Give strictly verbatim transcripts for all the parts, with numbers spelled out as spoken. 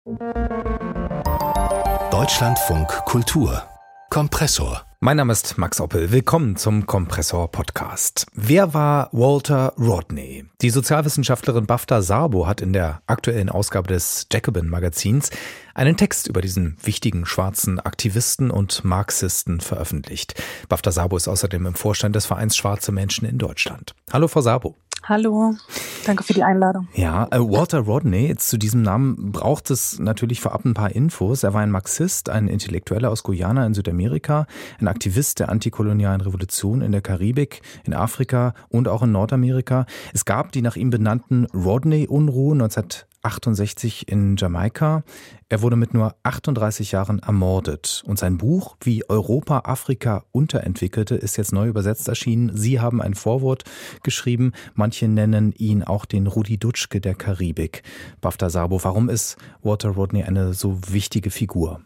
Deutschlandfunk Kultur Kompressor. Mein Name ist Max Oppel. Willkommen zum Kompressor-Podcast. Wer war Walter Rodney? Die Sozialwissenschaftlerin Bafta Sabo hat in der aktuellen Ausgabe des Jacobin-Magazins einen Text über diesen wichtigen schwarzen Aktivisten und Marxisten veröffentlicht. Bafta Sabo ist außerdem im Vorstand des Vereins Schwarze Menschen in Deutschland. Hallo, Frau Sabo. Hallo, danke für die Einladung. Ja, äh, Walter Rodney, jetzt zu diesem Namen braucht es natürlich vorab ein paar Infos. Er war ein Marxist, ein Intellektueller aus Guyana in Südamerika, ein Aktivist der antikolonialen Revolution in der Karibik, in Afrika und auch in Nordamerika. Es gab die nach ihm benannten Rodney-Unruhen neunzehnhundertachtundsechzig in Jamaika. Er wurde mit nur achtunddreißig Jahren ermordet. Und sein Buch, wie Europa Afrika unterentwickelte, ist jetzt neu übersetzt erschienen. Sie haben ein Vorwort geschrieben. Manche nennen ihn auch den Rudi Dutschke der Karibik. Bafta Sabo, warum ist Walter Rodney eine so wichtige Figur?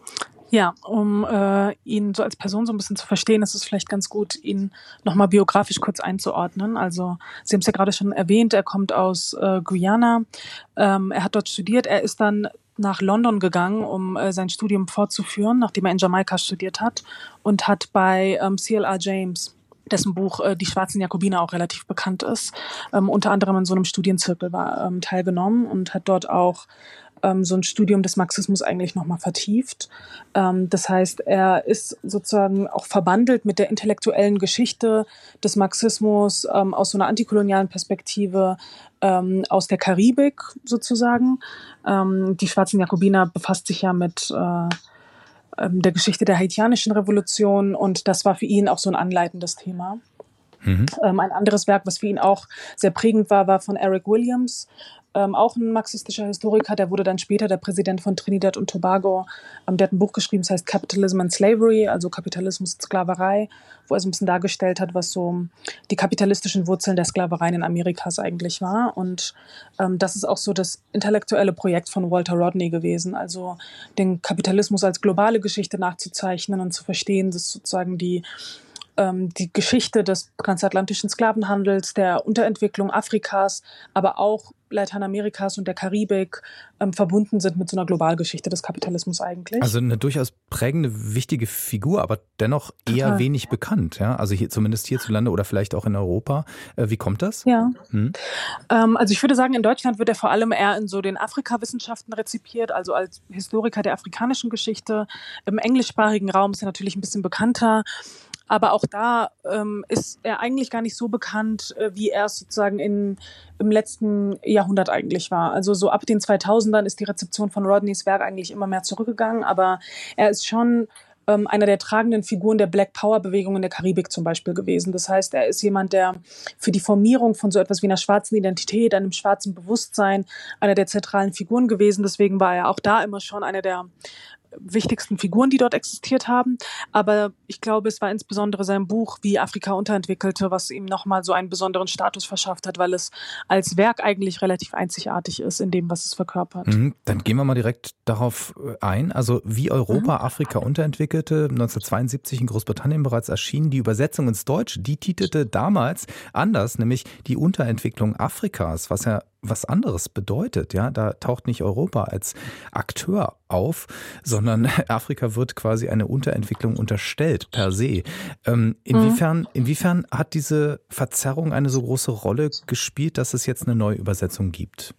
Ja, um äh, ihn so als Person so ein bisschen zu verstehen, ist es vielleicht ganz gut, ihn nochmal biografisch kurz einzuordnen. Also Sie haben es ja gerade schon erwähnt, er kommt aus äh, Guyana, ähm, er hat dort studiert, er ist dann nach London gegangen, um äh, sein Studium fortzuführen, nachdem er in Jamaika studiert hat, und hat bei ähm, C L R James, dessen Buch äh, Die schwarzen Jakobiner auch relativ bekannt ist, ähm, unter anderem in so einem Studienzirkel war, ähm, teilgenommen und hat dort auch ähm, so ein Studium des Marxismus eigentlich nochmal vertieft. Ähm, das heißt, er ist sozusagen auch verbandelt mit der intellektuellen Geschichte des Marxismus ähm, aus so einer antikolonialen Perspektive, ähm, aus der Karibik sozusagen. Ähm, die schwarzen Jakobiner befasst sich ja mit äh, der Geschichte der haitianischen Revolution, und das war für ihn auch so ein anleitendes Thema. Mhm. Ähm, ein anderes Werk, was für ihn auch sehr prägend war, war von Eric Williams, ähm, auch ein marxistischer Historiker, der wurde dann später der Präsident von Trinidad und Tobago. Ähm, der hat ein Buch geschrieben, das heißt Capitalism and Slavery, also Kapitalismus und Sklaverei, wo er so ein bisschen dargestellt hat, was so die kapitalistischen Wurzeln der Sklaverei in Amerikas eigentlich war. Und ähm, das ist auch so das intellektuelle Projekt von Walter Rodney gewesen, also den Kapitalismus als globale Geschichte nachzuzeichnen und zu verstehen, dass sozusagen die die Geschichte des transatlantischen Sklavenhandels, der Unterentwicklung Afrikas, aber auch Lateinamerikas und der Karibik ähm, verbunden sind mit so einer Globalgeschichte des Kapitalismus eigentlich. Also eine durchaus prägende, wichtige Figur, aber dennoch eher Total. wenig bekannt. Ja? Also hier, zumindest hierzulande oder vielleicht auch in Europa. Äh, wie kommt das? Ja, hm? ähm, also ich würde sagen, in Deutschland wird er vor allem eher in so den Afrikawissenschaften rezipiert, also als Historiker der afrikanischen Geschichte. Im englischsprachigen Raum ist er natürlich ein bisschen bekannter. Aber auch da ähm, ist er eigentlich gar nicht so bekannt, äh, wie er es sozusagen in, im letzten Jahrhundert eigentlich war. Also so ab den zweitausendern ist die Rezeption von Rodneys Werk eigentlich immer mehr zurückgegangen. Aber er ist schon ähm, einer der tragenden Figuren der Black Power-Bewegung in der Karibik zum Beispiel gewesen. Das heißt, er ist jemand, der für die Formierung von so etwas wie einer schwarzen Identität, einem schwarzen Bewusstsein, einer der zentralen Figuren gewesen. Deswegen war er auch da immer schon einer der wichtigsten Figuren, die dort existiert haben. Aber ich glaube, es war insbesondere sein Buch, wie Afrika unterentwickelte, was ihm nochmal so einen besonderen Status verschafft hat, weil es als Werk eigentlich relativ einzigartig ist in dem, was es verkörpert. Mhm, dann gehen wir mal direkt darauf ein. Also wie Europa mhm. Afrika unterentwickelte, neunzehnhundertzweiundsiebzig in Großbritannien bereits erschienen. Die Übersetzung ins Deutsche, die titelte damals anders, nämlich die Unterentwicklung Afrikas, was ja was anderes bedeutet. Ja, da taucht nicht Europa als Akteur auf, sondern Afrika wird quasi eine Unterentwicklung unterstellt per se. Ähm, inwiefern, inwiefern hat diese Verzerrung eine so große Rolle gespielt, dass es jetzt eine neue Übersetzung gibt?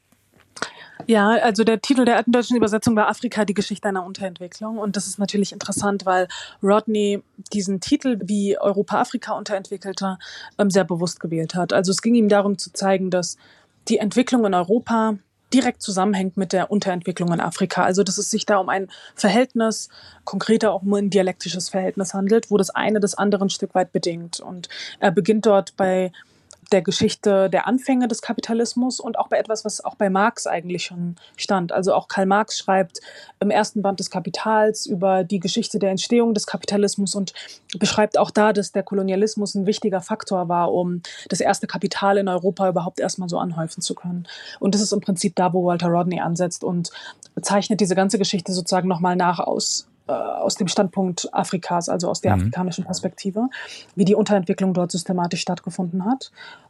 Ja, also der Titel der alten deutschen Übersetzung war Afrika, die Geschichte einer Unterentwicklung. Und das ist natürlich interessant, weil Rodney diesen Titel, wie Europa Afrika unterentwickelte, sehr bewusst gewählt hat. Also es ging ihm darum zu zeigen, dass die Entwicklung in Europa direkt zusammenhängt mit der Unterentwicklung in Afrika. Also dass es sich da um ein Verhältnis, konkreter auch um ein dialektisches Verhältnis handelt, wo das eine das andere ein Stück weit bedingt. Und er beginnt dort bei der Geschichte der Anfänge des Kapitalismus und auch bei etwas, was auch bei Marx eigentlich schon stand. Also auch Karl Marx schreibt im ersten Band des Kapitals über die Geschichte der Entstehung des Kapitalismus und beschreibt auch da, dass der Kolonialismus ein wichtiger Faktor war, um das erste Kapital in Europa überhaupt erstmal so anhäufen zu können. Und das ist im Prinzip da, wo Walter Rodney ansetzt und zeichnet diese ganze Geschichte sozusagen nochmal nach aus. aus dem Standpunkt Afrikas, also aus der mhm. afrikanischen Perspektive, wie die Unterentwicklung dort systematisch stattgefunden hat.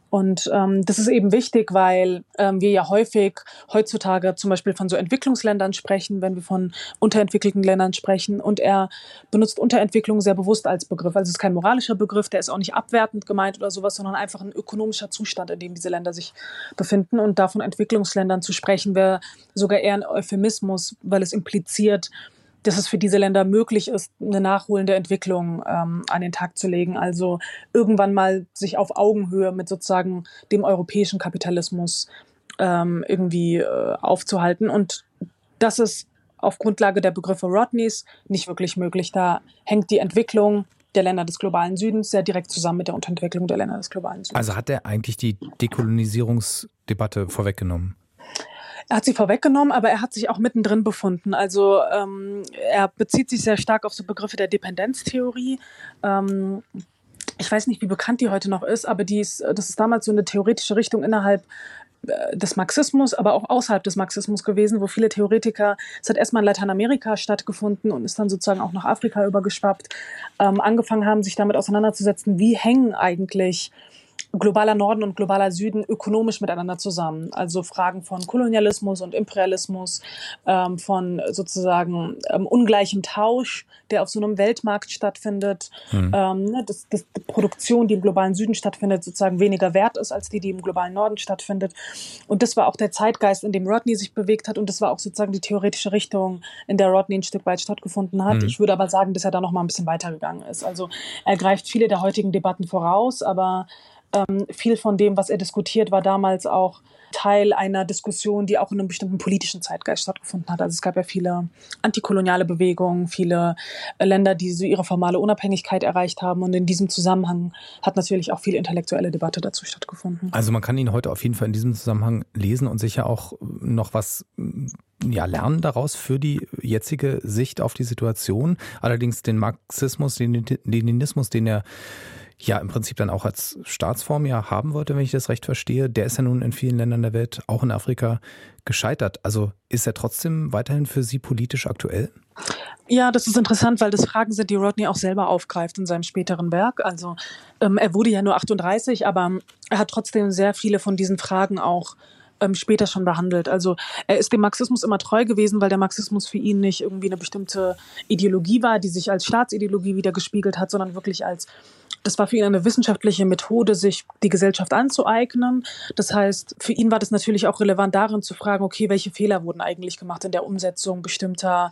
Und ähm, das ist eben wichtig, weil ähm, wir ja häufig heutzutage zum Beispiel von so Entwicklungsländern sprechen, wenn wir von unterentwickelten Ländern sprechen. Und er benutzt Unterentwicklung sehr bewusst als Begriff. Also es ist kein moralischer Begriff, der ist auch nicht abwertend gemeint oder sowas, sondern einfach ein ökonomischer Zustand, in dem diese Länder sich befinden. Und da von Entwicklungsländern zu sprechen, wäre sogar eher ein Euphemismus, weil es impliziert, dass es für diese Länder möglich ist, eine nachholende Entwicklung ähm, an den Tag zu legen. Also irgendwann mal sich auf Augenhöhe mit sozusagen dem europäischen Kapitalismus ähm, irgendwie äh, aufzuhalten. Und das ist auf Grundlage der Begriffe Rodneys nicht wirklich möglich. Da hängt die Entwicklung der Länder des globalen Südens sehr direkt zusammen mit der Unterentwicklung der Länder des globalen Südens. Also hat er eigentlich die Dekolonisierungsdebatte vorweggenommen? Er hat sie vorweggenommen, aber er hat sich auch mittendrin befunden. Also ähm, er bezieht sich sehr stark auf so Begriffe der Dependenztheorie. Ähm, ich weiß nicht, wie bekannt die heute noch ist, aber die ist, das ist damals so eine theoretische Richtung innerhalb äh, des Marxismus, aber auch außerhalb des Marxismus gewesen, wo viele Theoretiker, es hat erstmal in Lateinamerika stattgefunden und ist dann sozusagen auch nach Afrika übergeschwappt, ähm, angefangen haben, sich damit auseinanderzusetzen, wie hängen eigentlich globaler Norden und globaler Süden ökonomisch miteinander zusammen. Also Fragen von Kolonialismus und Imperialismus, ähm, von sozusagen ähm, ungleichem Tausch, der auf so einem Weltmarkt stattfindet, mhm. ähm, dass, dass die Produktion, die im globalen Süden stattfindet, sozusagen weniger wert ist als die, die im globalen Norden stattfindet. Und das war auch der Zeitgeist, in dem Rodney sich bewegt hat, und das war auch sozusagen die theoretische Richtung, in der Rodney ein Stück weit stattgefunden hat. Mhm. Ich würde aber sagen, dass er da noch mal ein bisschen weitergegangen ist. Also er greift viele der heutigen Debatten voraus, aber Ähm, viel von dem, was er diskutiert, war damals auch Teil einer Diskussion, die auch in einem bestimmten politischen Zeitgeist stattgefunden hat. Also es gab ja viele antikoloniale Bewegungen, viele äh, Länder, die so ihre formale Unabhängigkeit erreicht haben. Und in diesem Zusammenhang hat natürlich auch viel intellektuelle Debatte dazu stattgefunden. Also man kann ihn heute auf jeden Fall in diesem Zusammenhang lesen und sicher auch noch was ja, lernen daraus für die jetzige Sicht auf die Situation. Allerdings den Marxismus, den Leninismus, den er ja im Prinzip dann auch als Staatsform ja haben wollte, wenn ich das recht verstehe, der ist ja nun in vielen Ländern der Welt, auch in Afrika, gescheitert. Also ist er trotzdem weiterhin für Sie politisch aktuell? Ja, das ist interessant, weil das Fragen sind, die Rodney auch selber aufgreift in seinem späteren Werk. Also ähm, er wurde ja nur achtunddreißig, aber er hat trotzdem sehr viele von diesen Fragen auch ähm, später schon behandelt. Also er ist dem Marxismus immer treu gewesen, weil der Marxismus für ihn nicht irgendwie eine bestimmte Ideologie war, die sich als Staatsideologie wiedergespiegelt hat, sondern wirklich als Das war für ihn eine wissenschaftliche Methode, sich die Gesellschaft anzueignen. Das heißt, für ihn war das natürlich auch relevant darin zu fragen, okay, welche Fehler wurden eigentlich gemacht in der Umsetzung bestimmter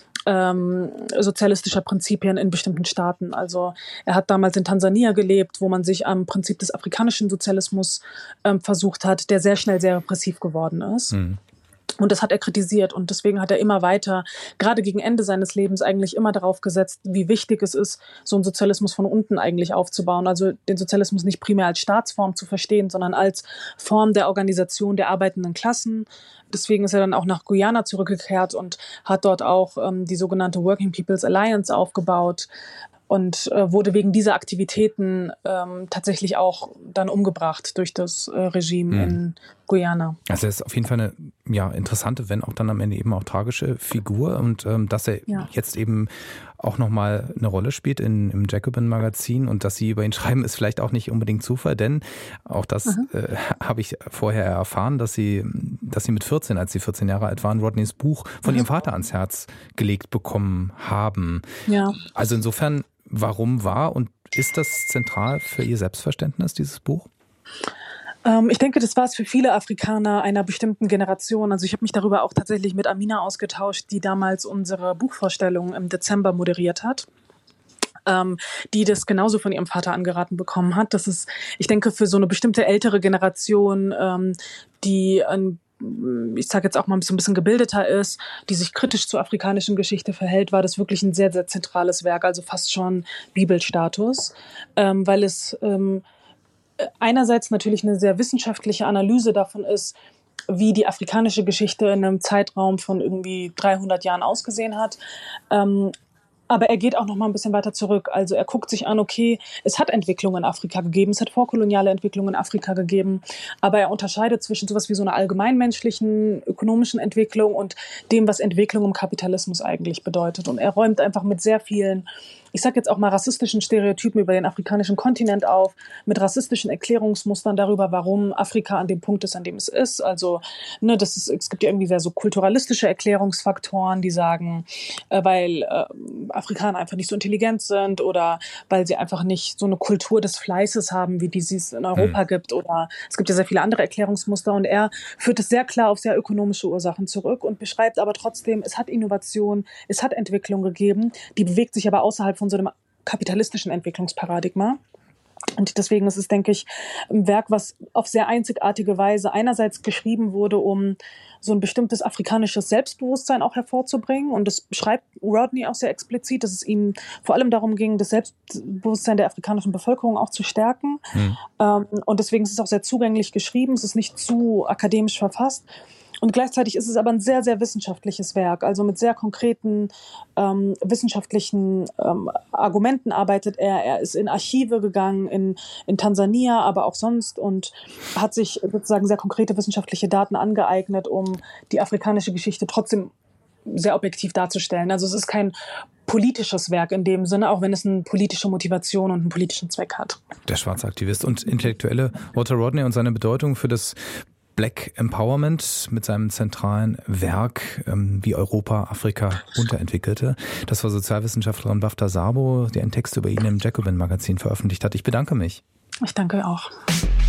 ähm, sozialistischer Prinzipien in bestimmten Staaten. Also er hat damals in Tansania gelebt, wo man sich am Prinzip des afrikanischen Sozialismus ähm, versucht hat, der sehr schnell sehr repressiv geworden ist. Mhm. Und das hat er kritisiert, und deswegen hat er immer weiter, gerade gegen Ende seines Lebens, eigentlich immer darauf gesetzt, wie wichtig es ist, so einen Sozialismus von unten eigentlich aufzubauen. Also den Sozialismus nicht primär als Staatsform zu verstehen, sondern als Form der Organisation der arbeitenden Klassen. Deswegen ist er dann auch nach Guyana zurückgekehrt und hat dort auch ähm, die sogenannte Working People's Alliance aufgebaut. Und äh, wurde wegen dieser Aktivitäten ähm, tatsächlich auch dann umgebracht durch das äh, Regime mhm. in Guyana. Also er ist auf jeden Fall eine ja, interessante, wenn auch dann am Ende eben auch tragische Figur. Und ähm, dass er ja. jetzt eben auch nochmal eine Rolle spielt in, im Jacobin-Magazin und dass Sie über ihn schreiben, ist vielleicht auch nicht unbedingt Zufall, denn auch das mhm. äh, habe ich vorher erfahren, dass Sie, dass Sie mit vierzehn, als Sie vierzehn Jahre alt waren, Rodneys Buch von mhm. Ihrem Vater ans Herz gelegt bekommen haben. Ja. Also insofern, warum war und ist das zentral für Ihr Selbstverständnis, dieses Buch? Ähm, ich denke, das war es für viele Afrikaner einer bestimmten Generation. Also ich habe mich darüber auch tatsächlich mit Amina ausgetauscht, die damals unsere Buchvorstellung im Dezember moderiert hat. Ähm, die das genauso von ihrem Vater angeraten bekommen hat. Das ist, ich denke, für so eine bestimmte ältere Generation, ähm, die ein ich sage jetzt auch mal so ein bisschen gebildeter ist, die sich kritisch zur afrikanischen Geschichte verhält, war das wirklich ein sehr, sehr zentrales Werk, also fast schon Bibelstatus, ähm, weil es ähm, einerseits natürlich eine sehr wissenschaftliche Analyse davon ist, wie die afrikanische Geschichte in einem Zeitraum von irgendwie dreihundert Jahren ausgesehen hat, ähm, Aber er geht auch noch mal ein bisschen weiter zurück. Also er guckt sich an, okay, es hat Entwicklungen in Afrika gegeben, es hat vorkoloniale Entwicklungen in Afrika gegeben, aber er unterscheidet zwischen sowas wie so einer allgemeinmenschlichen, ökonomischen Entwicklung und dem, was Entwicklung im Kapitalismus eigentlich bedeutet. Und er räumt einfach mit sehr vielen, ich sage jetzt auch mal rassistischen Stereotypen über den afrikanischen Kontinent auf, mit rassistischen Erklärungsmustern darüber, warum Afrika an dem Punkt ist, an dem es ist. Also ne, das ist, es gibt ja irgendwie sehr so kulturalistische Erklärungsfaktoren, die sagen, äh, weil äh, Afrikaner einfach nicht so intelligent sind oder weil sie einfach nicht so eine Kultur des Fleißes haben, wie die es in Europa mhm. gibt. Oder es gibt ja sehr viele andere Erklärungsmuster und er führt es sehr klar auf sehr ökonomische Ursachen zurück und beschreibt aber trotzdem, es hat Innovation, es hat Entwicklung gegeben, die bewegt sich aber außerhalb von so einem kapitalistischen Entwicklungsparadigma. Und deswegen ist es, denke ich, ein Werk, was auf sehr einzigartige Weise einerseits geschrieben wurde, um so ein bestimmtes afrikanisches Selbstbewusstsein auch hervorzubringen. Und das beschreibt Rodney auch sehr explizit, dass es ihm vor allem darum ging, das Selbstbewusstsein der afrikanischen Bevölkerung auch zu stärken. Mhm. Ähm, und deswegen ist es auch sehr zugänglich geschrieben. Es ist nicht zu akademisch verfasst. Und gleichzeitig ist es aber ein sehr, sehr wissenschaftliches Werk. Also mit sehr konkreten ähm, wissenschaftlichen ähm, Argumenten arbeitet er. Er ist in Archive gegangen, in, in Tansania, aber auch sonst und hat sich sozusagen sehr konkrete wissenschaftliche Daten angeeignet, um die afrikanische Geschichte trotzdem sehr objektiv darzustellen. Also es ist kein politisches Werk in dem Sinne, auch wenn es eine politische Motivation und einen politischen Zweck hat. Der schwarze Aktivist und Intellektuelle Walter Rodney und seine Bedeutung für das Black Empowerment mit seinem zentralen Werk, ähm, wie Europa Afrika unterentwickelte. Das war Sozialwissenschaftlerin Bafta Sabo, die einen Text über ihn im Jacobin Magazin veröffentlicht hat. Ich bedanke mich. Ich danke auch.